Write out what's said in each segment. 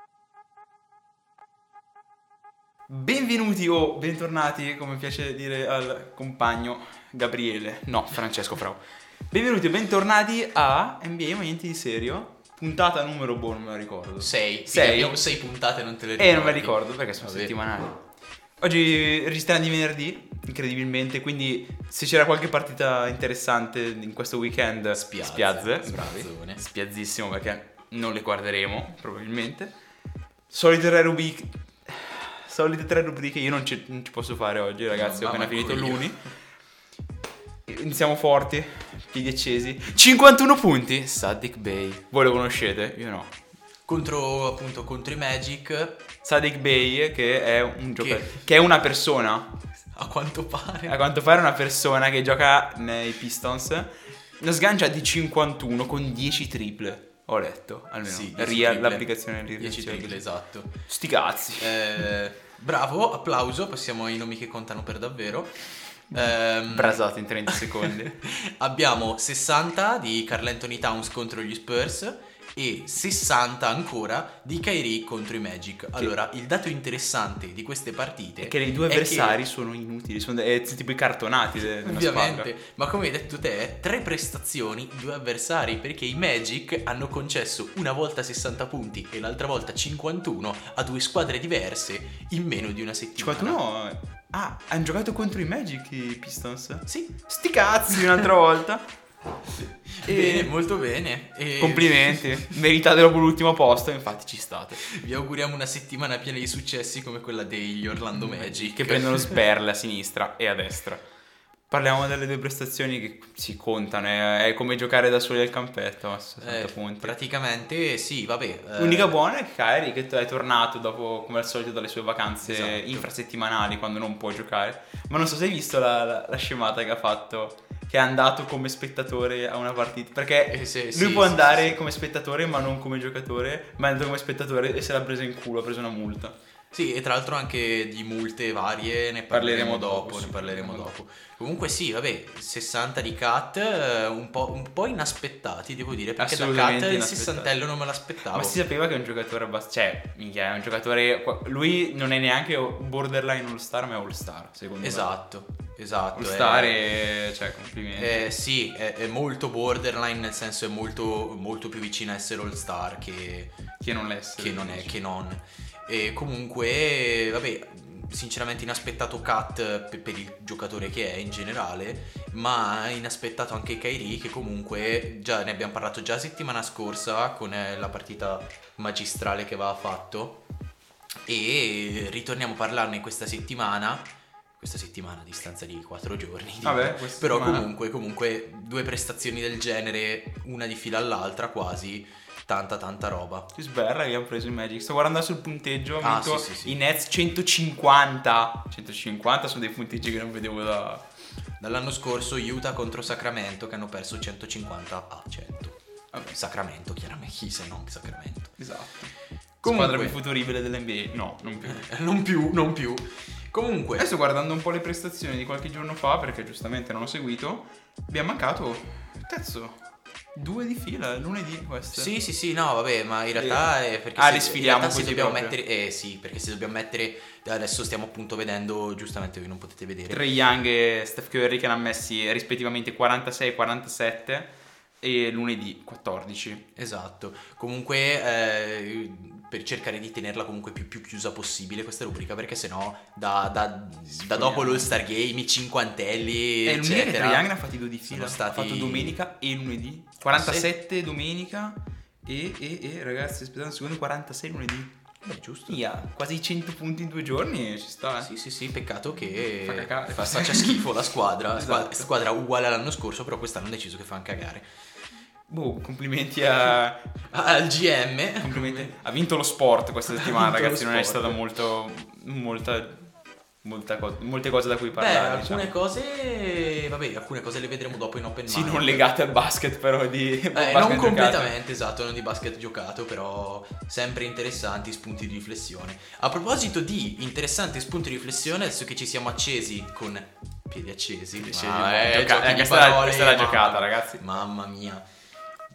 Benvenuti o bentornati, come piace dire al compagno Gabriele, no, Francesco Frau. Benvenuti o bentornati a NBA Ma Niente di Serio, puntata numero, non me la ricordo. 6. Abbiamo 6 puntate, non te le ricordi. Non me la ricordo perché sono settimanali. Oggi registriamo di venerdì, incredibilmente, quindi se c'era qualche partita interessante in questo weekend, spiazze, bravi, spiazzissimo perché non le guarderemo probabilmente. Solite tre rubriche, io non ci posso fare oggi, ragazzi, ho appena finito l'uni. Iniziamo forti, piedi accesi. 51 punti, Saddiq Bey. Voi lo conoscete? Io no. Contro i Magic. Saddiq Bey, che è un giocatore, che è una persona. A quanto pare È una persona che gioca nei Pistons. Una sgancia di 51 con 10 triple. Ho letto, almeno. Sì, l'applicazione di 10 triple, esatto. Sti cazzi. Bravo, applauso, passiamo ai nomi che contano per davvero. Brasato in 30 secondi. Abbiamo 60 di Karl Anthony Towns contro gli Spurs e 60 ancora di Kyrie contro i Magic. Allora, il dato interessante di queste partite è che i due avversari sono inutili, sono tipo i cartonati ovviamente, ma come hai detto te, 3 prestazioni, 2 avversari, perché i Magic hanno concesso una volta 60 punti e l'altra volta 51 a 2 squadre diverse in meno di una settimana. 51? Hanno giocato contro i Magic i Pistons? Sì. Sti cazzi un'altra volta. Bene, molto bene. Complimenti, meritate dopo l'ultimo posto, infatti ci state. Vi auguriamo una settimana piena di successi come quella degli Orlando Magic, che prendono sperle a sinistra e a destra. Parliamo delle due prestazioni che si contano, è come giocare da soli al campetto a 60 punti. Praticamente sì, vabbè. L'unica buona è Kyrie che è tornato dopo, come al solito, dalle sue vacanze infrasettimanali quando non può giocare. Ma non so se hai visto la scemata che ha fatto, che è andato come spettatore a una partita, perché lui può andare come spettatore ma non come giocatore, ma è andato come spettatore e se l'ha presa in culo, ha preso una multa. Sì, e tra l'altro anche di multe varie ne parleremo dopo. Comunque sì, vabbè, 60 di Cat, un po' inaspettati, devo dire, perché da Cat il sessantello non me l'aspettavo. Ma si sapeva che è un giocatore minchia, è un giocatore, lui non è neanche borderline all-star, ma è all-star, secondo me. Esatto. All-star cioè, complimenti. Sì, è molto borderline, nel senso è molto, molto più vicino a essere all-star che non l'essere. Che non. E comunque, vabbè, sinceramente inaspettato Cat per il giocatore che è in generale, ma inaspettato anche Kyrie, che comunque già ne abbiamo parlato già settimana scorsa con la partita magistrale che aveva fatto, e ritorniamo a parlarne questa settimana a distanza di 4 giorni. Però comunque 2 prestazioni del genere, una di fila all'altra quasi. Tanta roba. Che sberra che abbiamo preso i Magic. Sto guardando sul punteggio. Sì. I Nets 150 sono dei punteggi che non vedevo dall'anno scorso. Utah contro Sacramento, che hanno perso 150 a 100. Vabbè, Sacramento, chiaramente, chi se non Sacramento. Esatto. Comunque, squadra più futuribile dell'NBA. No, non più. Comunque, adesso guardando un po' le prestazioni di qualche giorno fa, perché giustamente non ho seguito, abbiamo mancato 2 di fila, lunedì queste. Sì, no, vabbè, ma in realtà è perché risfiliamo se dobbiamo mettere perché se dobbiamo mettere, adesso stiamo appunto vedendo, giustamente voi non potete vedere, Trae Young e Steph Curry che ne hanno messi rispettivamente 46 e 47 e lunedì 14. Esatto. Comunque per cercare di tenerla comunque più chiusa possibile questa rubrica, perché sennò da dopo l'All-Star Game, i cinquantelli e lunedì eccetera, Trae Young ne ha fatti 2 di fila, ha fatto domenica e lunedì 47 domenica e ragazzi aspettate un secondo, 46 lunedì. Beh, giusto. Quasi 100 punti in 2 giorni, ci sta. Sì, peccato che faccia schifo la squadra. Esatto. Squadra uguale all'anno scorso, però quest'anno hanno deciso che fanno cagare. Complimenti al GM. Complimenti. Ha vinto lo sport questa settimana, ragazzi. Non è stata molte cose da cui parlare. Alcune cose le vedremo dopo in open mic. Sì, non legate al basket, però non completamente, esatto, non di basket giocato, però sempre interessanti spunti di riflessione. A proposito di interessanti spunti di riflessione, adesso che ci siamo accesi con piedi accesi, questa è la giocata, ragazzi. Mamma mia.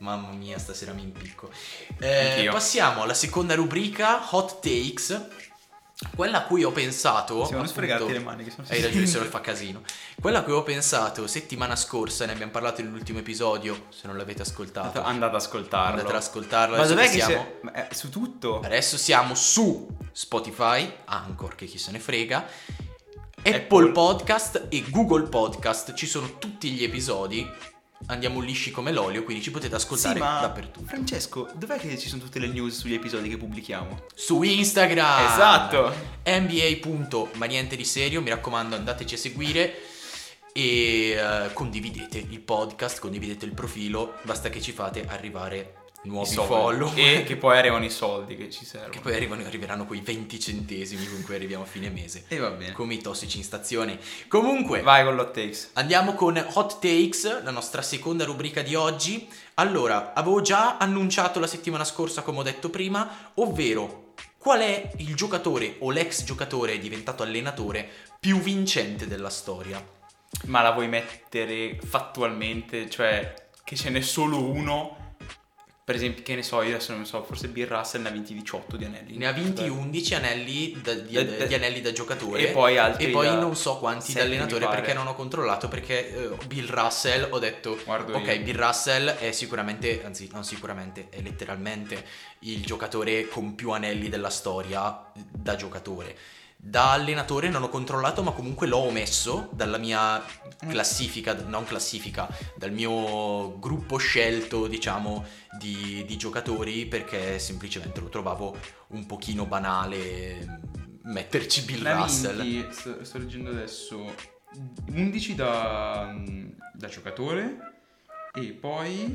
Mamma mia, stasera mi impicco. Anch'io. Passiamo alla seconda rubrica, Hot Takes. Quella a cui ho pensato. Sì, non sfregarti le mani, che sono Hai ragione, se no fa casino. Quella a cui ho pensato settimana scorsa, ne abbiamo parlato nell'ultimo episodio. Se non l'avete ascoltato, andate ad ascoltarlo. andate ad ascoltarlo. Ma Adesso dov'è che siamo? su tutto? Adesso siamo su Spotify, Anchor, che chi se ne frega, Apple Apple. Podcast e Google Podcast. Ci sono tutti gli episodi. Andiamo lisci come l'olio, quindi ci potete ascoltare Sì, ma dappertutto. Francesco, dov'è che ci sono tutte le news sugli episodi che pubblichiamo? Su Instagram, Esatto. ma niente di serio, mi raccomando, andateci a seguire e condividete il podcast, condividete il profilo, basta che ci fate arrivare nuovi follow E che poi arrivano i soldi che ci servono. che poi arriveranno quei 20 centesimi con cui arriviamo a fine mese, E va bene. come i tossici in stazione. Comunque Vai con l'hot takes. andiamo con Hot Takes, la nostra seconda rubrica di oggi. Allora, avevo già annunciato la settimana scorsa, come ho detto prima, ovvero qual è il giocatore o l'ex giocatore diventato allenatore più vincente della storia. Ma la vuoi mettere fattualmente? Cioè, che ce n'è solo uno? Per esempio, che ne so, io adesso non so, forse Bill Russell ne ha vinti 18 di anelli. Ne ha vinti 11 anelli di anelli da giocatore E poi altri e poi da non so quanti da 7, mi allenatore, pare. perché non ho controllato, perché Bill Russell, ho detto Guardo ok, io. Bill Russell è sicuramente, anzi non sicuramente, è letteralmente il giocatore con più anelli della storia da giocatore. Da allenatore non ho controllato, ma comunque l'ho omesso dalla mia classifica, non classifica, dal mio gruppo scelto, diciamo, di giocatori, perché semplicemente lo trovavo un pochino banale metterci Bill Ne ha Russell. vinti, sto leggendo adesso, 11 da giocatore e poi...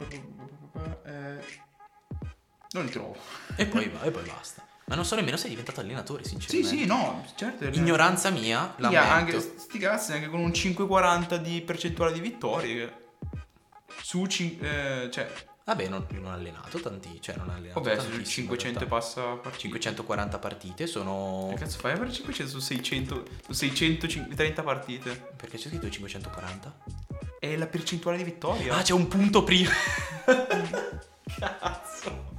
non li trovo. E poi basta. Ma non so nemmeno se è diventato allenatore, Sì, sinceramente. sì, no, certo. Ignoranza mia, Minchia, lamento. anche sti cazzi, anche con un 5,40 di percentuale di vittorie. Cioè, Vabbè, non ha allenato tanti, cioè non ha allenato vabbè, su tantissimo, in 500 realtà. passa partite. 540 partite sono... Che cazzo fai a fare 500 su 600, su 630 partite? Perché c'è scritto 540? È la percentuale di vittoria. Ah, c'è un punto prima. Cazzo.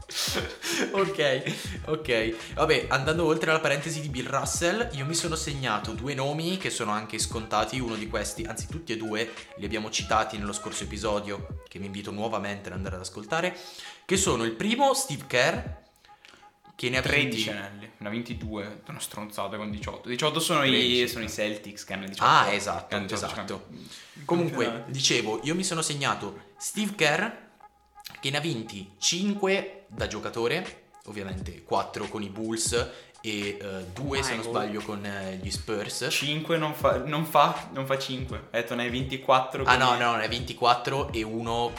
Ok. Vabbè, andando oltre alla parentesi di Bill Russell, io mi sono segnato due nomi che sono anche scontati. Uno di questi, anzi tutti e due, li abbiamo citati nello scorso episodio, che vi invito nuovamente ad andare ad ascoltare, che sono il primo, Steve Kerr, che ne ha 13 vinti... anelli, ne ha 22, una stronzata con 18. 18 sono 13. i Celtics che hanno 18. Ah, esatto, Che hanno 18 esatto. campioni. Comunque, Campionati. dicevo, io mi sono segnato Steve Kerr, che ne ha vinti 5 da giocatore, ovviamente 4 con i Bulls e 2 se non sbaglio con gli Spurs. 5 non fa 5. Ha detto ne hai 24. Ah no, ne ha 24 e 1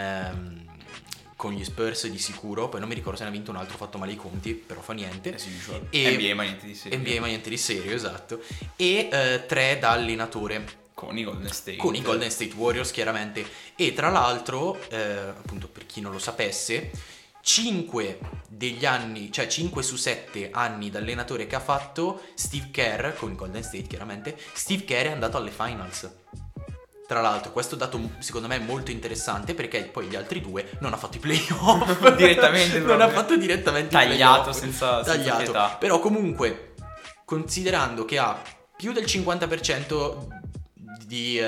con gli Spurs di sicuro. Poi non mi ricordo se ne ha vinto un altro, ho fatto male i conti, però fa niente. Sì, cioè, E- NBA ma niente di serio. NBA ma niente di serio, esatto. E 3 da allenatore. Con i Golden State. Con i Golden State Warriors, chiaramente. E tra l'altro, appunto per chi non lo sapesse, 5 degli anni, cioè 5 su 7 anni da allenatore che ha fatto Steve Kerr, con i Golden State chiaramente, Steve Kerr è andato alle finals. Tra l'altro, questo dato secondo me è molto interessante, perché poi gli altri due non ha fatto i playoff. Direttamente Non ha proprio. fatto direttamente i Tagliato playoff. senza Tagliato. pietà. Però comunque, considerando che ha più del 50% di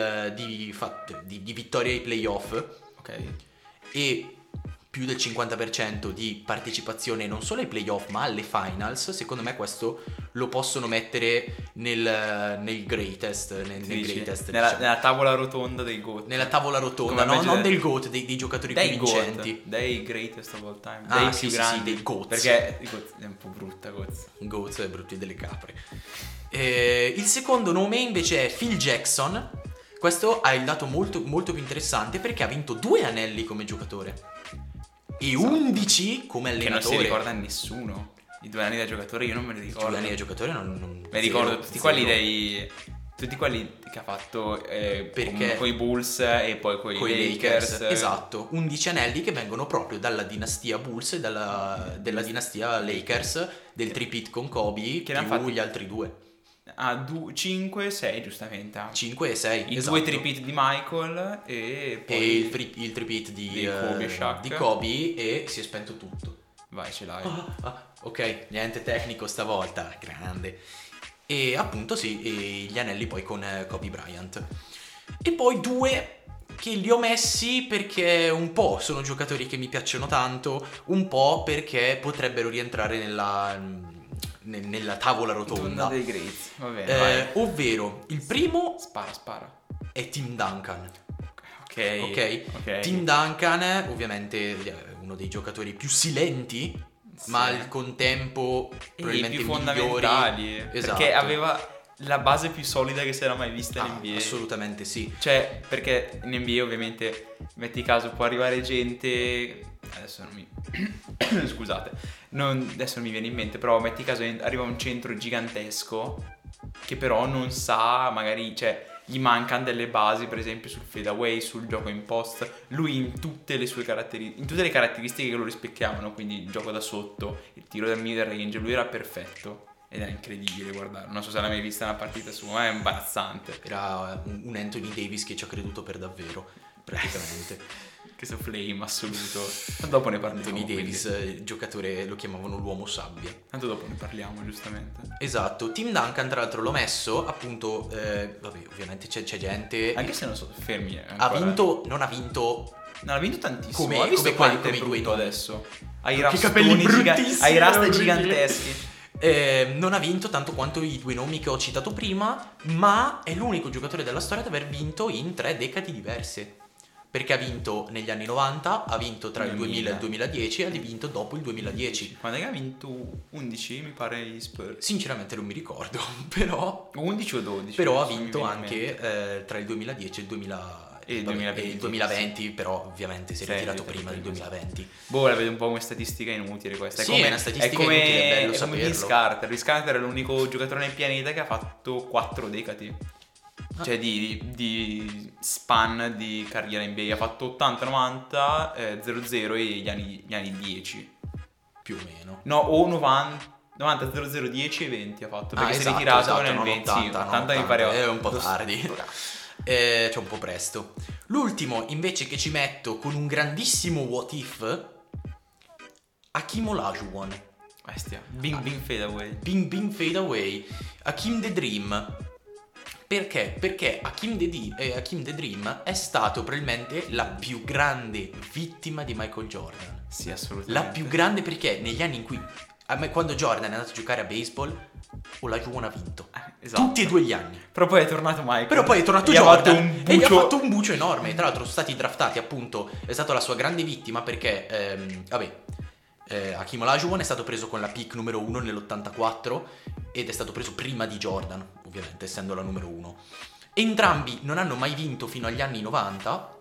vittorie ai playoff Ok. e più del 50% di partecipazione non solo ai playoff ma alle finals, secondo me questo lo possono mettere nel greatest, nel Dici, greatest, nella, diciamo. nella tavola rotonda dei GOAT. Nella tavola rotonda, Come no, invece non del GOAT, dei giocatori più dei vincenti. GOAT, dei greatest of all time, Ah, dei sì, più sì, grandi, sì, dei GOATs. perché i GOAT è un po' brutta GOAT. GOATs e brutti delle capre. Il secondo nome invece è Phil Jackson. Questo ha il dato molto, molto più interessante, perché ha vinto 2 anelli come giocatore e 11 come Che non allenatore. si ricorda a nessuno. I 2 anni da giocatore io non me li ricordo. 2 anni da giocatore non Mi ricordo zero, tutti zero. quelli tutti quelli che ha fatto Perché- con i Bulls e poi con Coi i Lakers. esatto, 11 anelli che vengono proprio dalla dinastia Bulls e della dinastia Lakers, del tripit con Kobe, Che ne ha più fatti? gli altri 2. 5, 6 giustamente. 5 e 6. I esatto. 2 tripit di Michael e poi E il tripit di Kobe e Shaq. di Kobe, e si è spento tutto. Vai, ce l'hai. Ok, niente tecnico stavolta, grande. E appunto sì, e gli anelli poi con Kobe Bryant. E poi 2 che li ho messi perché un po' sono giocatori che mi piacciono tanto, un po' perché potrebbero rientrare nella tavola rotonda. Dei greats. Va bene, vai. Ovvero, il primo Spara. è Tim Duncan. Ok. Tim Duncan, ovviamente uno dei giocatori più silenti, Sì. ma al contempo probabilmente più migliori. fondamentali. Esatto. Perché aveva la base più solida che si era mai vista in NBA. Assolutamente sì. Cioè, perché in NBA ovviamente, metti caso, può arrivare gente... Adesso non mi... Scusate. Adesso non mi viene in mente, però metti caso arriva un centro gigantesco che però non sa, magari, cioè, gli mancano delle basi, per esempio sul fadeaway, sul gioco in post. Lui in tutte le sue caratteristiche, in tutte le caratteristiche che lo rispecchiavano, quindi il gioco da sotto, il tiro dal mid range, lui era perfetto. Ed era incredibile guardarlo. Non so se l'hai mai vista una partita sua, ma è imbarazzante. Era un Anthony Davis che ci ha creduto per davvero, praticamente. Questo flame assoluto. Dopo ne parliamo. Anthony Davis, il giocatore, lo chiamavano l'uomo sabbia. Tanto dopo ne parliamo, giustamente. Esatto. Tim Duncan, tra l'altro, l'ho messo, appunto, vabbè, ovviamente c'è gente... Anche se non so, fermi. Non ha vinto... Non ha vinto tantissimo. Come- Ha visto come quanto come è i due brutto nomi. adesso. Hai i Che rastoni capelli bruttissimi, hai i rasta orribili. giganteschi. Non ha vinto tanto quanto i 2 nomi che ho citato prima, ma è l'unico giocatore della storia ad aver vinto in 3 decadi diverse. Perché ha vinto negli anni 90, ha vinto tra il 2000 e il 2010 e ha vinto dopo il 2010. Quando è che ha vinto 11, mi pare, gli Spurs. Sinceramente non mi ricordo, però 11 o 12. però ha adesso mi vinto viene in anche mente. tra il 2010 e il 2000 E il vabbè, 2020, e il 2020, però ovviamente si è Sì, ritirato sì, prima del sì. 2020. Boh, la vedo un po' come statistica inutile questa. Sì, è una statistica è come, inutile, è bello è come saperlo. Vince Carter. Vince Carter è l'unico giocatore nel pianeta che ha fatto 4 decadi. Cioè di span di carriera in NBA. Ha fatto 80, 90, 00 e gli anni 10. Più o meno. No, o 90, 00, 10 e 20 ha fatto. Perché si è esatto, ritirato nel non 20. 80, 80 mi 80, pare. è un po' tardi. C'è un po' presto. L'ultimo invece che ci metto con un grandissimo what if, Hakeem Olajuwon. Bestia. Bing fadeaway. Bing fade away. Hakeem the Dream. Perché? Perché Hakeem the Dream è stato probabilmente la più grande vittima di Michael Jordan. Sì, assolutamente. La più grande, perché negli anni in cui quando Jordan è andato a giocare a baseball, Olajuwon ha vinto. Esatto. Tutti e 2 gli anni. Però poi è tornato Michael. Però poi è tornato E gli ha Jordan fatto un e gli ha bucio. fatto un bucio enorme. Tra l'altro sono stati draftati, appunto, è stata la sua grande vittima perché, Hakeem Olajuwon è stato preso con la pick numero 1 nell'84 ed è stato preso prima di Jordan, ovviamente, essendo la numero 1. Entrambi non hanno mai vinto fino agli anni 90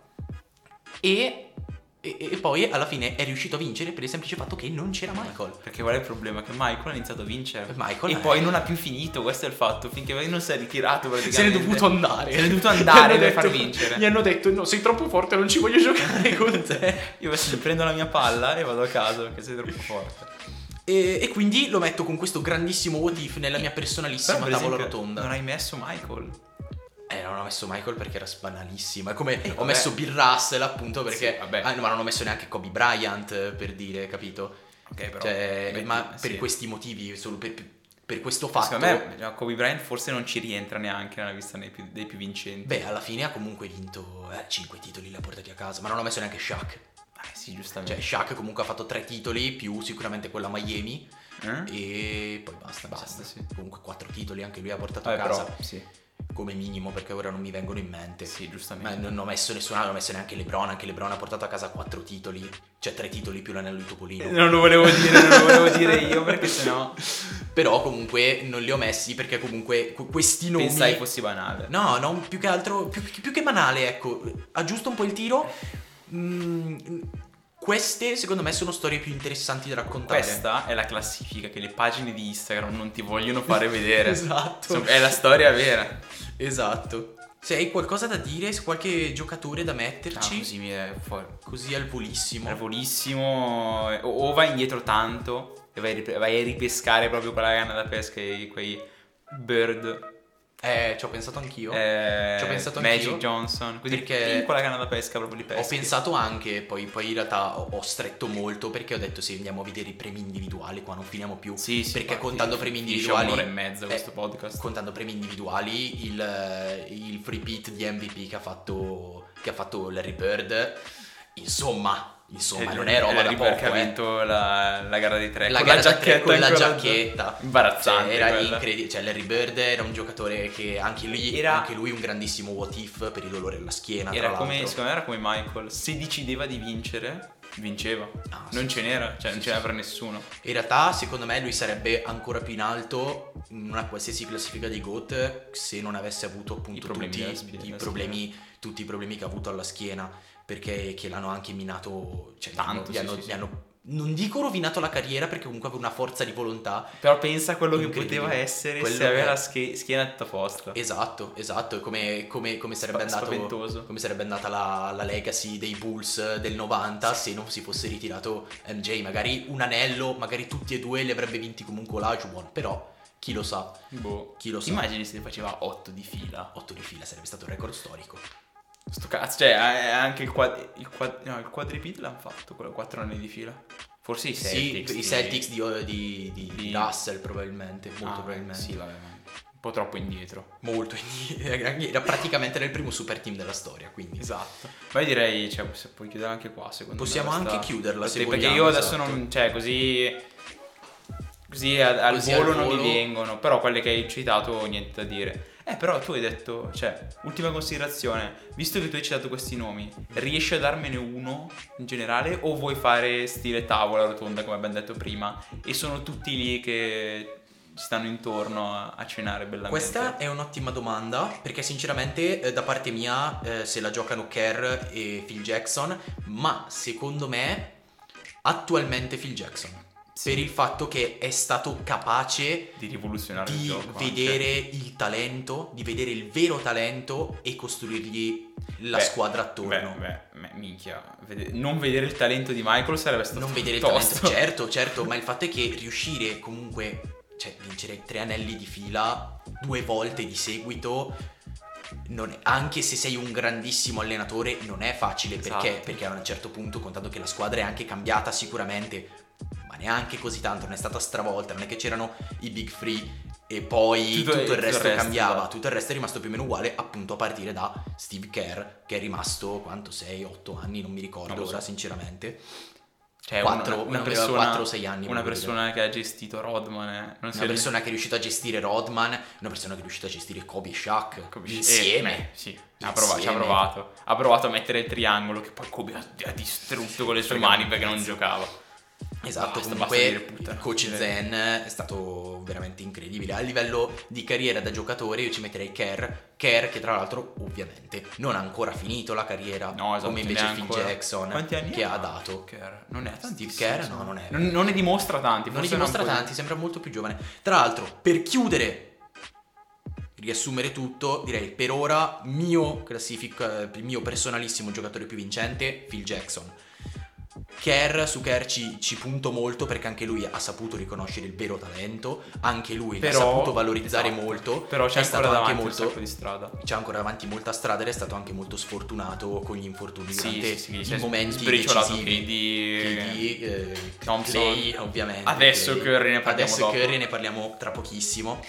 e poi alla fine è riuscito a vincere per il semplice fatto che non c'era Michael. Perché qual è il problema? Che Michael ha iniziato a vincere Michael e poi non ha più finito, questo è il fatto. Finché non si è ritirato praticamente. Se n'è dovuto andare. Se n'è dovuto andare Gli hanno per far detto- vincere. Gli hanno detto no, sei troppo forte, non ci voglio giocare con te. Io adesso prendo la mia palla e vado a casa perché sei troppo forte. E quindi lo metto con questo grandissimo what if nella mia personalissima Però, per tavola esempio, rotonda. non hai messo Michael. Non ho messo Michael perché era banalissimo. È come ho vabbè. messo Bill Russell, appunto, perché Sì, vabbè. no, ma non ho messo neanche Kobe Bryant, per dire, capito? Ok, però Cioè, ma per sì. questi motivi, solo per questo fatto. Secondo me Kobe Bryant forse non ci rientra neanche nella lista dei più vincenti. Beh, alla fine ha comunque vinto 5 titoli, li ha portati a casa. Ma non ho messo neanche Shaq. Sì, giustamente. Cioè, Shaq comunque ha fatto 3 titoli, più sicuramente quella a Miami. E poi basta, Sì. Comunque 4 titoli anche lui ha portato Vabbè, a casa. però, sì. Come minimo, perché ora non mi vengono in mente. Sì, giustamente. Ma non ho messo nessun altro, non ho messo neanche LeBron. Anche LeBron ha portato a casa 4 titoli. Cioè 3 titoli più l'anello di Topolino. Non lo volevo dire io perché sennò Però comunque non li ho messi perché comunque questi nomi. pensai fossi banale. No, più che altro, più che banale, ecco. Aggiusto un po' il tiro. Queste secondo me sono storie più interessanti da raccontare. Questa è la classifica che le pagine di Instagram non ti vogliono fare vedere. Esatto. È la storia vera. Esatto. Se hai qualcosa da dire, se qualche giocatore da metterci, Così mi è fuori. così al volissimo. È volissimo. O vai indietro tanto e vai a ripescare proprio quella canna da pesca e quei Bird, Ci ho pensato anch'io. Magic Johnson, così perché piccola canna da pesca proprio di pesca. Ho pensato anche, poi in realtà ho stretto molto, perché ho detto sì, andiamo a vedere i premi individuali, qua non finiamo più. Sì, perché infatti, contando premi finisce individuali, un'ora e mezza questo podcast. contando premi individuali, il free beat di MVP che ha fatto Larry Bird, insomma non è roba da poco, che ha vinto la gara di tre la con gara la da tre con la ancora giacchetta imbarazzante, era quella. incredibile. Cioè Larry Bird era un giocatore che anche lui un grandissimo what if per il dolore alla schiena, Era tra come, l'altro. secondo me era come Michael, se decideva di vincere, vinceva. Non ce n'era, cioè non ce n'era per nessuno. In realtà secondo me lui sarebbe ancora più in alto in una qualsiasi classifica dei GOAT se non avesse avuto appunto tutti i problemi che ha avuto alla schiena, perché che l'hanno anche minato, cioè Tanto, gli hanno non dico rovinato la carriera, perché comunque aveva una forza di volontà. Però pensa a quello che incredibile. poteva essere Quello se aveva che- la schiena tutta posta. Esatto, e come sarebbe andato, Spaventoso. come sarebbe andata la legacy dei Bulls del 90 se non si fosse ritirato MJ. Magari un anello, magari tutti e due li avrebbe vinti comunque Olajuwon, però chi lo sa. Chi lo sa. Immagini se ne faceva 8 di fila. 8 di fila sarebbe stato un record storico. Sto cazzo, cioè anche il quadripit l'hanno fatto, quello 4 anni di fila. Forse i Celtics. Sì, i Celtics di Russell probabilmente, molto probabilmente. Sì, vabbè, un po' troppo indietro. Molto indietro. Era praticamente nel primo super team della storia, quindi. Esatto. Ma io direi, cioè, se puoi chiudere anche qua, secondo Possiamo me. anche chiuderla, se perché vogliamo, io adesso esatto. non, cioè, così al Così volo al non mi volo. vengono, però quelle che hai citato niente da dire. Però tu hai detto, cioè, ultima considerazione, visto che tu hai citato questi nomi, riesci a darmene uno in generale o vuoi fare stile tavola rotonda come abbiamo detto prima e sono tutti lì che ci stanno intorno a cenare bellamente? Questa è un'ottima domanda, perché sinceramente da parte mia se la giocano Kerr e Phil Jackson, ma secondo me attualmente Phil Jackson. Sì. Per il fatto che è stato capace di rivoluzionare il di gioco, vedere il talento, di vedere il vero talento e costruirgli la squadra attorno. Minchia, non vedere il talento di Michael sarebbe stato Non vedere il tosto. talento, certo, ma il fatto è che riuscire comunque, cioè vincere 3 anelli di fila 2 volte di seguito, anche se sei un grandissimo allenatore, non è facile. Perché? Esatto. Perché a un certo punto, contando che la squadra è anche cambiata sicuramente, ma neanche così tanto, non è stata stravolta, non è che c'erano i Big Free e poi tutto il resto cambiava, esatto. tutto il resto è rimasto più o meno uguale, appunto a partire da Steve Kerr, che è rimasto, quanto, 6-8 anni, non mi ricordo Non lo so. ora sinceramente. Cioè, 4 o 6 anni. Una persona che ha gestito Rodman, non Una persona che è riuscita a gestire Rodman, una persona che è riuscita a gestire Kobe e Shaq insieme. Sì, ci ha provato. Ha provato a mettere il triangolo che poi Kobe ha distrutto con le sue mani perché non giocava. Esatto, Basta comunque dire puttana. il coach Zen è stato veramente incredibile. A livello di carriera da giocatore io ci metterei Kerr, che tra l'altro ovviamente non ha ancora finito la carriera, No, esatto, come invece Phil ancora. Jackson. Quanti anni che ha ha dato. Kerr? Non è Steve tantissimo, Kerr insomma. no, non è. Non ne dimostra tanti. Non ne forse dimostra un po' di- tanti, sembra molto più giovane. Tra l'altro, per chiudere, riassumere tutto, direi per ora il mio personalissimo giocatore più vincente, Phil Jackson. Su Kerr ci punto molto, perché anche lui ha saputo riconoscere il vero talento, anche lui l'ha saputo valorizzare esatto. molto. Però c'è è stato ancora anche davanti un molto sacco di strada. c'è ancora davanti molta strada ed è stato anche molto sfortunato con gli infortuni durante sì, i momenti sbriciolato decisivi. KD, Thompson, Clay, ovviamente. Adesso Curry ne parliamo Adesso dopo. Curry ne parliamo tra pochissimo.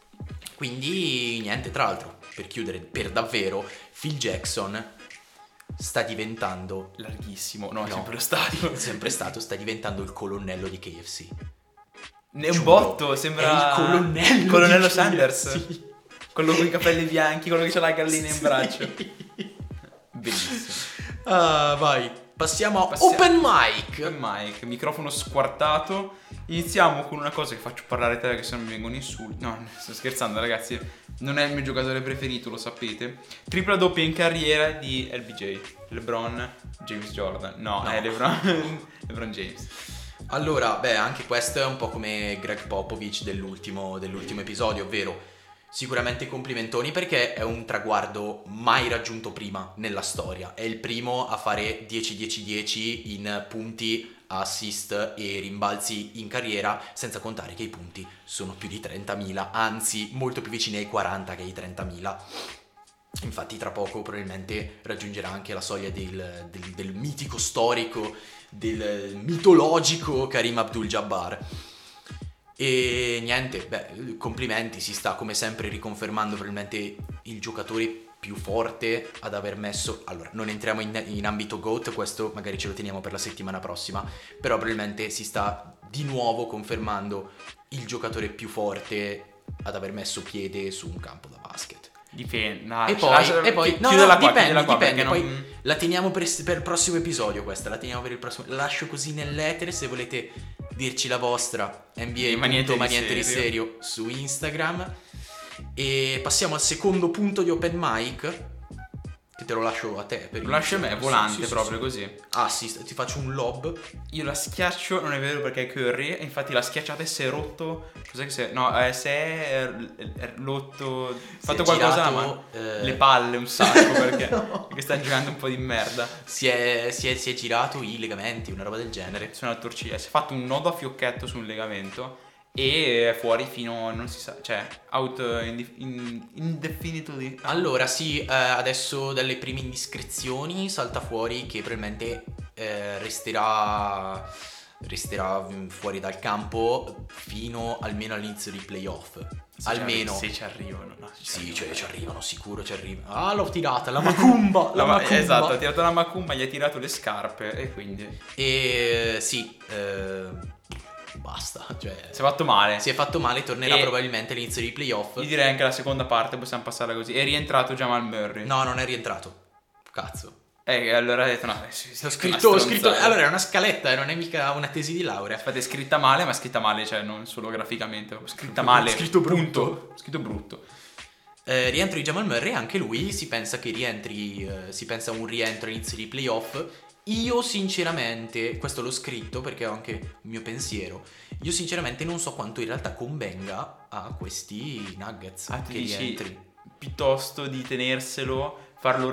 Quindi niente, tra l'altro, per chiudere per davvero, Phil Jackson sta diventando larghissimo, no, è sempre lo stadio. sempre stato, sta diventando il colonnello di KFC. È un Giuro, botto, sembra è il colonnello di Sanders. KFC. Quello con i capelli bianchi, quello che c'ha la gallina in braccio. Bellissimo. Vai, passiamo a Open Mic. Open mic, microfono squartato. Iniziamo con una cosa che faccio parlare te, che se non mi vengono insulti. No, sto scherzando, ragazzi. Non è il mio giocatore preferito, lo sapete. Tripla doppia in carriera di LBJ, LeBron James Jordan. No. È LeBron James. Allora, anche questo è un po' come Greg Popovich dell'ultimo episodio, ovvero sicuramente complimentoni, perché è un traguardo mai raggiunto prima nella storia. È il primo a fare 10-10-10 in punti assist e rimbalzi in carriera, senza contare che i punti sono più di 30.000, anzi molto più vicini ai 40 che ai 30.000. Infatti tra poco probabilmente raggiungerà anche la soglia del mitico storico, del mitologico Kareem Abdul-Jabbar. E niente, complimenti, si sta come sempre riconfermando probabilmente il giocatore più forte ad aver messo. Allora, non entriamo in ambito GOAT, questo magari ce lo teniamo per la settimana prossima, però probabilmente si sta di nuovo confermando il giocatore più forte ad aver messo piede su un campo da basket. Dipende. Dipende, dipende. Poi la teniamo per il prossimo episodio questa, la teniamo per il prossimo. La lascio così nell'etere, se volete dirci la vostra NBA Ma niente di serio su Instagram. E passiamo al secondo punto di open mic, che te lo lascio a te. Lo lascio a me, volante, proprio così. Ah sì, ti faccio un lob. Io la schiaccio, non è vero perché è Curry, e infatti la schiacciata e si è rotto. Cos'è che si è? No, se è rotto, fatto qualcosa girato, le palle un sacco perché, perché sta giocando un po' di merda. Si è girato i legamenti, una roba del genere. Sono al torcicolo, si è fatto un nodo a fiocchetto sul legamento e è fuori fino, non si sa, cioè out indefinitely. Allora sì, adesso dalle prime indiscrezioni salta fuori che probabilmente resterà fuori dal campo fino almeno all'inizio dei playoff. Almeno se ci arrivano, no, ci arrivano, sicuro ci arrivano. Ah, l'ho tirata, la Macumba, la Macumba. Esatto, ha tirato la Macumba, gli ha tirato le scarpe e quindi basta, cioè si è fatto male. Si è fatto male, tornerà probabilmente all'inizio dei playoff. Io direi anche la seconda parte possiamo passarla così. È rientrato Jamal Murray. No, non è rientrato. Cazzo. Allora ha detto no, ho scritto. Allora è una scaletta, non è mica una tesi di laurea. Aspetta, è scritta male, ma è scritta male, cioè non solo graficamente, scritta male. Scritto brutto. Scritto brutto. Rientro di Jamal Murray, anche lui si pensa che rientri, si pensa a un rientro all'inizio dei playoff. Io sinceramente, questo l'ho scritto perché ho anche il mio pensiero, io sinceramente non so quanto in realtà convenga a questi Nuggets che rientri. Piuttosto di tenerselo, farlo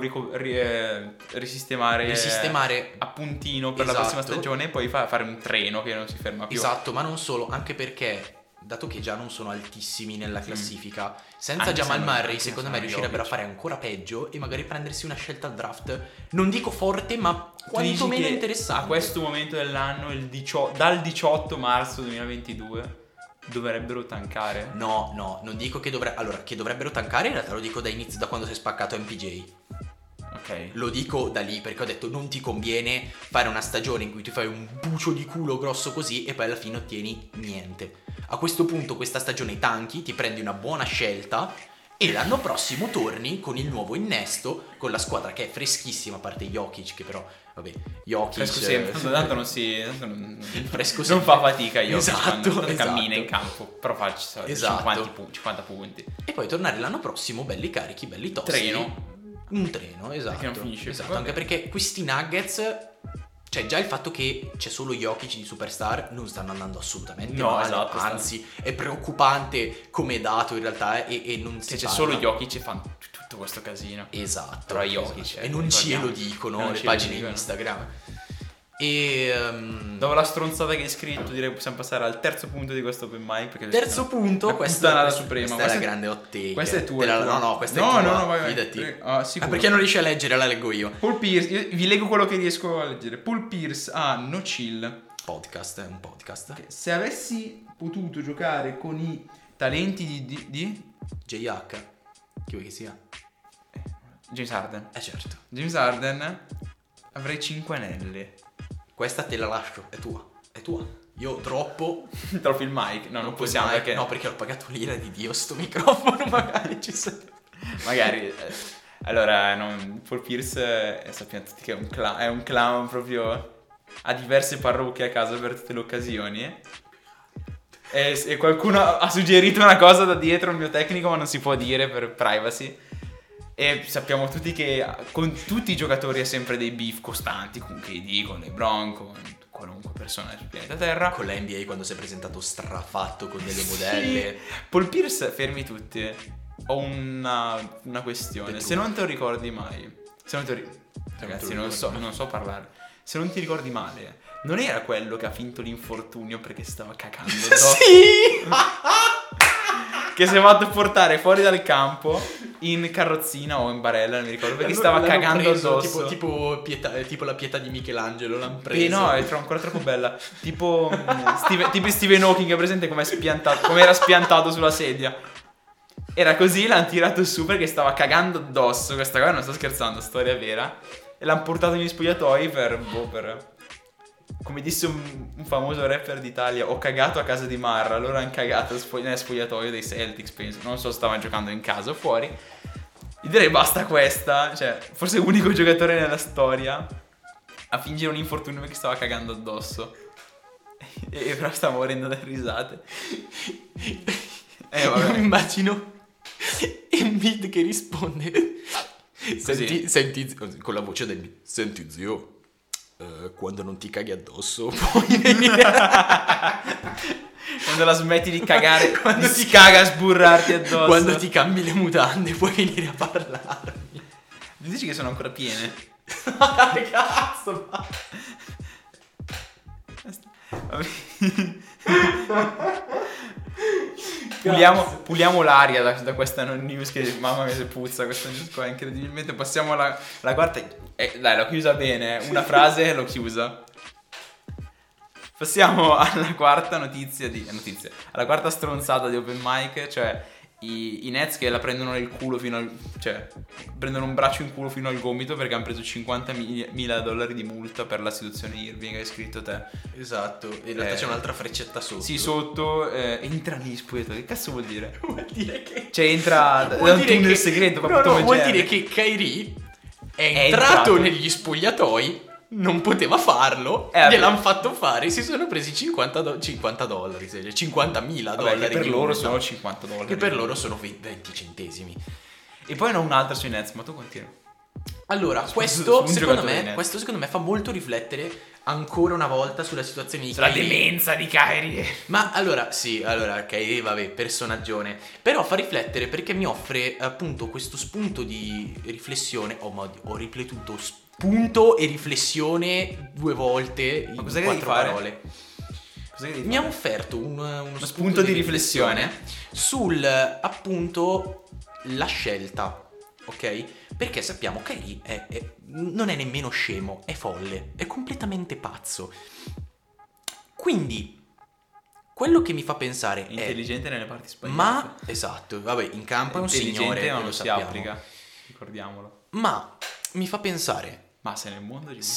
risistemare a puntino per la prossima stagione e poi fare un treno che non si ferma più. Esatto, ma non solo, anche perché dato che già non sono altissimi nella classifica, senza Jamal Murray secondo me riuscirebbero a fare ancora peggio e magari prendersi una scelta al draft, non dico forte ma quantomeno interessante. A questo momento dell'anno, dal 18 marzo 2022 dovrebbero tankare. No, non dico che dovrebbero tankare, in realtà lo dico da quando si è spaccato MPJ. Ok. Lo dico da lì perché ho detto non ti conviene fare una stagione in cui ti fai un bucio di culo grosso così e poi alla fine ottieni niente. A questo punto questa stagione tanchi, ti prendi una buona scelta e l'anno prossimo torni con il nuovo innesto, con la squadra che è freschissima, a parte Jokic che però, vabbè, Jokic fresco sempre, tanto non fresco non fa fatica Jokic esatto, quando cammina in campo, però fa 50 punti. E poi tornare l'anno prossimo belli carichi, belli tosti. Un treno, esatto. Che non finisce. Esatto, anche perché questi Nuggets, cioè già il fatto che c'è solo Jokic di superstar non stanno andando assolutamente male, esatto, anzi è preoccupante come dato in realtà e non si c'è solo Jokic e fanno tutto questo casino. Esatto. Però Jokic e non ce lo dicono le pagine di Instagram. E dopo la stronzata che hai scritto direi che possiamo passare al terzo punto di questo open mic, perché terzo punto, questa è la grande hot take. Questa è tua. No, questa è tua. No, vai. Fidati. Perché non riesci a leggere, la leggo io. Paul Pierce, io vi leggo quello che riesco a leggere. Paul Pierce ha No Chill podcast, è un podcast. Se avessi potuto giocare con i talenti di JH, chi vuoi che sia? James Harden. Certo. James Harden, avrei 5 anelli. Questa te la lascio, è tua. Io troppo. Troppo il mic. No, non possiamo perché. No, perché ho pagato l'ira di Dio sto microfono, magari ci sono. Magari. Allora, Paul Pierce sappiamo tutti che è un clown proprio. Ha diverse parrucche a casa per tutte le occasioni. E qualcuno ha suggerito una cosa da dietro al mio tecnico, ma non si può dire per privacy. E sappiamo tutti che con tutti i giocatori ha sempre dei beef costanti, con KD, con LeBron, con qualunque persona sul pianeta Terra. Con la NBA quando si è presentato strafatto con delle modelle. Sì. Paul Pierce, fermi tutti. Ho una questione. Se non te lo ricordi mai, ragazzi, non so parlare. Se non ti ricordi male, non era quello che ha finto l'infortunio perché stava cagando addosso? Sì! Che si è fatto portare fuori dal campo in carrozzina o in barella, non mi ricordo, perché stava cagando addosso. Tipo la pietà di Michelangelo, l'hanno preso. No, è ancora troppo bella. Tipo Stephen Hawking, è presente come era spiantato sulla sedia. Era così, l'hanno tirato su perché stava cagando addosso. Questa cosa non sto scherzando, storia vera. E l'hanno portato negli spogliatoi per come disse un famoso rapper d'Italia, ho cagato a casa di Marra. Loro hanno cagato nel spogliatoio dei Celtics, penso. Non so se stavano giocando in casa o fuori. Io direi basta questa. Cioè, forse è l'unico giocatore nella storia a fingere un infortunio perché stava cagando addosso. E però stava morendo dalle risate. Vabbè. Immagino Embiid che risponde senti con la voce del senti zio, quando non ti caghi addosso puoi venire quando la smetti di cagare, quando ti caga a sburrarti addosso, quando ti cambi le mutande puoi venire a parlarmi. Dici che sono ancora piene? Cazzo, puliamo l'aria da questa news che mamma mia se puzza questa news qua incredibilmente. Passiamo alla quarta. Dai, l'ho chiusa bene, una frase l'ho chiusa. Passiamo alla quarta notizia alla quarta stronzata di Open Mic, cioè i Nets che la prendono nel culo cioè prendono un braccio in culo fino al gomito perché hanno preso $50.000 di multa per la situazione Irving, hai scritto te. Esatto, in realtà c'è un'altra freccetta sotto. Sì, sotto entra negli spogliatoi. Che cazzo vuol dire? Vuol dire che cioè entra da un tunnel segreto. Vuol dire che Kyrie è entrato negli spogliatoi, non poteva farlo, gliel'hanno fatto fare, si sono presi $50.000, Vabbè, che per loro sono $50. Che per loro sono 20 centesimi. E poi hanno un altro sui Nets, ma tu continui. Allora, questo secondo me fa molto riflettere ancora una volta sulla situazione di Kyrie. Sulla demenza di Kyrie. Ma allora, Kyrie, vabbè, personaggione. Però fa riflettere perché mi offre appunto questo spunto di riflessione. Ho ripetuto spunto e riflessione 2 volte in 4 parole. Mi ha offerto uno spunto di riflessione sul appunto la scelta. Ok? Perché sappiamo che Kyrie non è nemmeno scemo, è folle, è completamente pazzo. Quindi, quello che mi fa pensare è intelligente nelle parti sbagliate. Ma, esatto, vabbè, in campo è un signore, ma lo sappiamo. applica, ricordiamolo. Ma, mi fa pensare... Ma se nel mondo di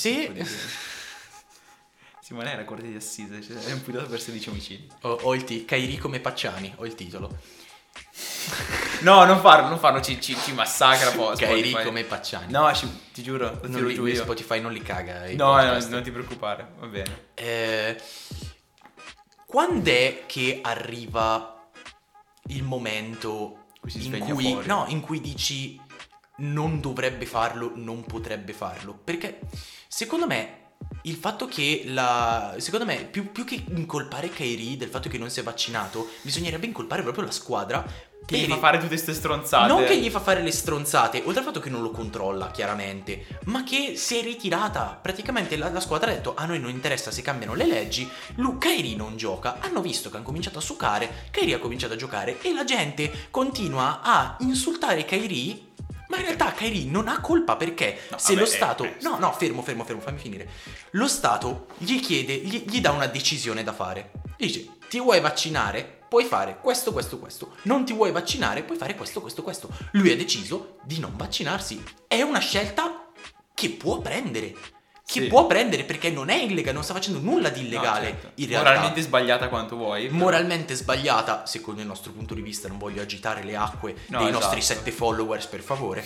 Simone era corte di assise, cioè è imputato per 16 omicidi. Ho il Kyrie come Pacciani, ho il titolo. No, non farlo, ci massacra poi. Kyrie come Pacciani. No, ti giuro, Spotify non li caga. No, non ti preoccupare, va bene. Quando è che arriva il momento in cui dici non dovrebbe farlo, non potrebbe farlo? Perché secondo me il fatto che secondo me più che incolpare Kyrie del fatto che non si è vaccinato, bisognerebbe incolpare proprio la squadra che gli fa fare tutte queste stronzate. Non che gli fa fare le stronzate, oltre al fatto che non lo controlla chiaramente, ma che si è ritirata. Praticamente la squadra ha detto: a noi non interessa se cambiano le leggi. Kyrie non gioca. Hanno visto che hanno cominciato a succare, Kyrie ha cominciato a giocare e la gente continua a insultare Kyrie. Ma in realtà Kyrie non ha colpa perché lo Stato... No, fermo, fammi finire. Lo Stato gli chiede, gli dà una decisione da fare. Gli dice: ti vuoi vaccinare? Puoi fare questo. Non ti vuoi vaccinare? Puoi fare questo. Lui ha deciso di non vaccinarsi. È una scelta che può prendere. Può prendere perché non è illegale, non sta facendo nulla di illegale. No, certo. In realtà, moralmente sbagliata quanto vuoi. Però. Moralmente sbagliata, secondo il nostro punto di vista. Non voglio agitare le acque dei nostri 7 followers, per favore.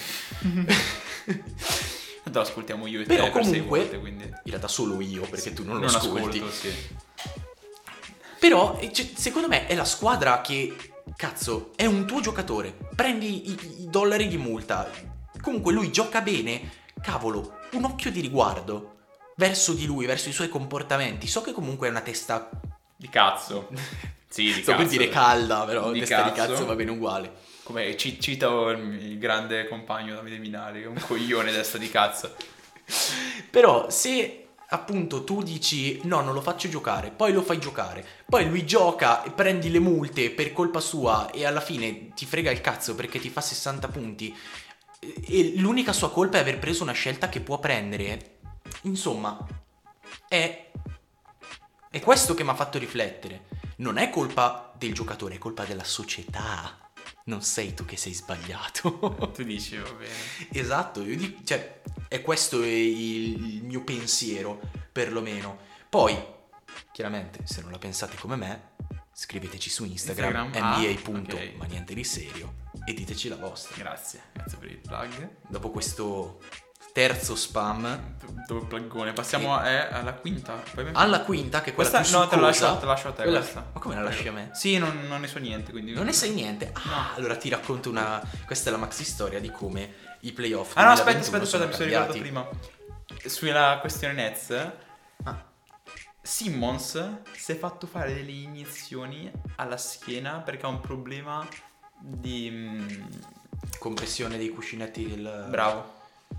Lo ascoltiamo io e però te comunque, volte, quindi. In realtà solo io, perché tu non lo ascolti. Ascolto, sì. Però secondo me è la squadra che, cazzo, è un tuo giocatore. Prendi i dollari di multa. Comunque lui gioca bene. Cavolo, un occhio di riguardo verso di lui, verso i suoi comportamenti. So che comunque è una testa di cazzo. Sì, di cazzo. Per dire calda, però di testa cazzo. Di cazzo va bene uguale. Come cito il grande compagno Davide Minali, che è un coglione testa di cazzo. Però se appunto tu dici no, non lo faccio giocare, poi lo fai giocare, poi lui gioca e prendi le multe per colpa sua e alla fine ti frega il cazzo perché ti fa 60 punti e l'unica sua colpa è aver preso una scelta che può prendere. Insomma, è questo che mi ha fatto riflettere. Non è colpa del giocatore, è colpa della società. Non sei tu che sei sbagliato. Tu dici, va bene. Esatto, io dico, cioè, è questo il mio pensiero, perlomeno. Poi, chiaramente, se non la pensate come me, scriveteci su Instagram. nba. Ok. Ma niente di serio, e diteci la vostra. Grazie per il plug. Dopo questo terzo spam, Dove pluggone? Passiamo alla quinta. alla quinta, che è quella Questa più no, te la succosa. lascio a te Quella- questa. Ma come la lasci a me? Sì, non ne so niente, quindi... Non ne sai niente? Ah, allora ti racconto questa è la maxi storia di come i playoff Ah no, 2021 aspetta, mi sono ricordato cambiati. prima. Sulla questione Nets, Ah, Simmons si è fatto fare delle iniezioni alla schiena perché ha un problema di... compressione dei cuscinetti del... Bravo.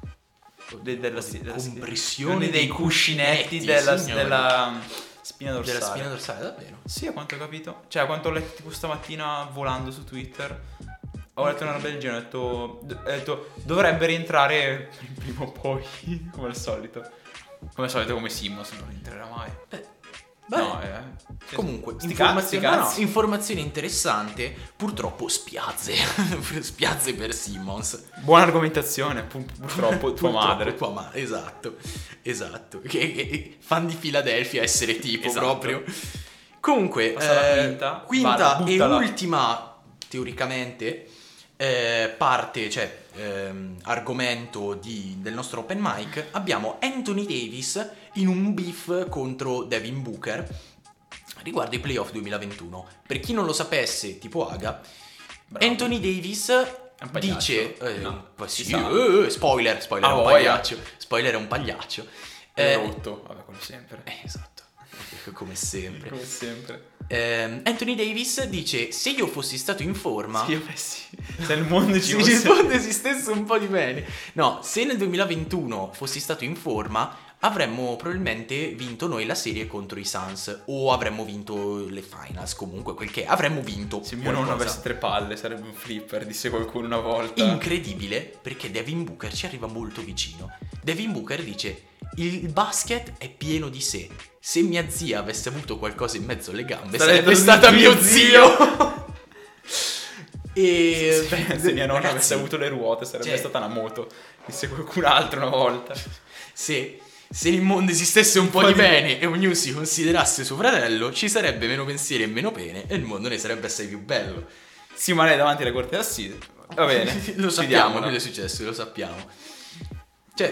Della compressione dei cuscinetti della signori. spina dorsale. Della spina dorsale, davvero? Sì, a quanto ho capito. Cioè, a quanto ho letto tipo stamattina volando su Twitter. Ho letto una roba del genere, ho detto dovrebbe rientrare prima o poi, come al solito. Come al solito, come Simmons non rientrerà mai. Beh, No, comunque, sti informazione, cazzi. informazione interessante, purtroppo spiazze, spiazze per Simmons. Buona argomentazione, purtroppo tua madre. Tua madre, esatto. Che fan di Philadelphia essere tipo Esatto. proprio. Comunque, Passa alla quinta Vada, e buttala. ultima, teoricamente, parte, cioè argomento del nostro open mic, abbiamo Anthony Davis in un beef contro Devin Booker riguardo i playoff 2021. Per chi non lo sapesse, tipo Aga, Bravo. Anthony Davis un pagliaccio. dice No, sì, si sa. spoiler è un voglia. pagliaccio. Spoiler è un pagliaccio. È rotto, vabbè, come sempre. Esatto, come sempre. Come sempre. Anthony Davis dice: se io fossi stato in forma, Sì, se il mondo ci se fosse... il mondo esistesse un po' di bene. No, se nel 2021 fossi stato in forma, avremmo probabilmente vinto noi la serie contro i Suns, o avremmo vinto le finals, comunque quel che è. Avremmo vinto Se mio nonno qualcosa. avesse 3 palle sarebbe un flipper, disse qualcuno una volta. Incredibile, perché Devin Booker ci arriva molto vicino. Devin Booker dice: il basket è pieno di sé. Se mia zia avesse avuto qualcosa in mezzo alle gambe, sarebbe stata mio zio. E Se mia nonna ragazzi, avesse avuto le ruote sarebbe cioè, stata una moto, disse qualcun altro una volta. se il mondo esistesse un po' di bene e ognuno si considerasse suo fratello, ci sarebbe meno pensieri e meno pene e il mondo ne sarebbe assai più bello. Sì, ma lei davanti alla corte d'assise. Va bene. Lo sappiamo, chiudiamola. cosa è successo, lo sappiamo. Cioè,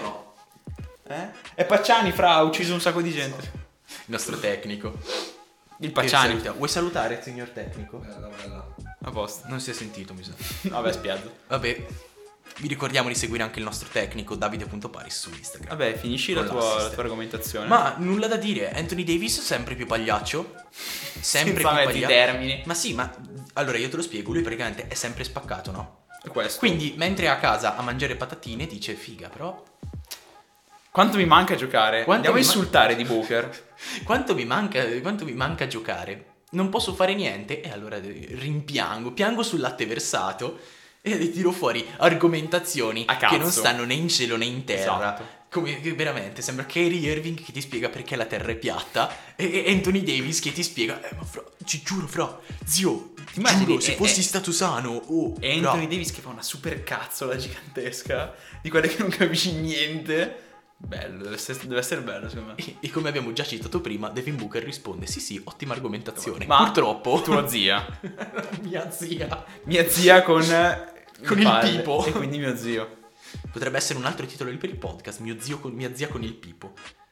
E Pacciani ha ucciso un sacco di gente. il nostro tecnico. Il Che Pacciani. salutiamo. Vuoi salutare il signor tecnico? Bella. A posto. Non si è sentito, mi sa. Vabbè, spiazzo. Vabbè, vi ricordiamo di seguire anche il nostro tecnico Davide.Paris su Instagram. Vabbè, finisci la Con tua l'assist. argomentazione. Ma nulla da dire, Anthony Davis sempre più pagliaccio. Sempre Senza più mezzi pagliaccio. termini. Ma sì, ma allora io te lo spiego, lui praticamente è sempre spaccato, no? È questo. Quindi mentre è a casa a mangiare patatine dice: figa, però Quanto mi manca giocare? Quanto Andiamo a mi insultare di Booker. quanto mi manca giocare? Non posso fare niente e allora piango sul latte versato e tiro fuori argomentazioni A cazzo. che non stanno né in cielo né in terra. Esatto. Come che veramente sembra Kyrie Irving che ti spiega perché la terra è piatta e Anthony Davis che ti spiega ma ci giuro zio, ti immagini? giuro, se fossi stato sano E Anthony Davis che fa una super cazzola gigantesca di quelle che non capisci niente. Bello, deve essere bello secondo me. e come abbiamo già citato prima, Devin Booker risponde: sì, ottima argomentazione. Ma purtroppo tua zia. mia zia. Mia zia con Con il palle, pipo. e quindi mio zio. Potrebbe essere un altro titolo per il podcast: mia zia con il pipo.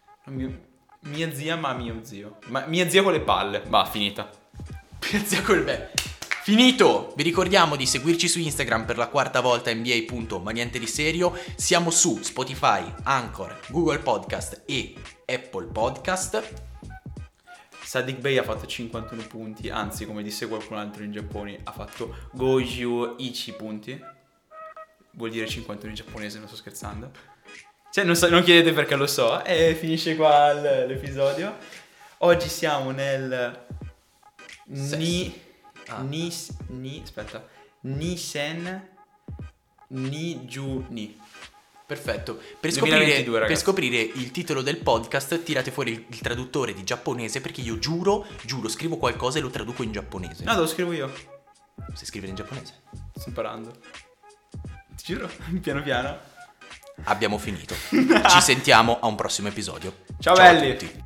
Mia zia ma mio zio. Ma mia zia con le palle. Va, finita. Mia zia col beh. Finito! Vi ricordiamo di seguirci su Instagram per la quarta volta NBA. Ma niente di serio. Siamo su Spotify, Anchor, Google Podcast e Apple Podcast. Sadiq Bey ha fatto 51 punti, anzi, come disse qualcun altro in Giappone, ha fatto Goju Ichi punti. Vuol dire 51 in giapponese, non sto scherzando. Cioè, non chiedete perché lo so. E finisce qua l'episodio. Oggi siamo nel... Aspetta. Nisen Ni. Perfetto. 2022, Per scoprire il titolo del podcast tirate fuori il traduttore di giapponese, perché io giuro, scrivo qualcosa e lo traduco in giapponese. No, lo scrivo io. Sai scrivere in giapponese? Sto imparando. Ti giuro, piano piano. Abbiamo finito. Ci sentiamo a un prossimo episodio. Ciao belli. A tutti.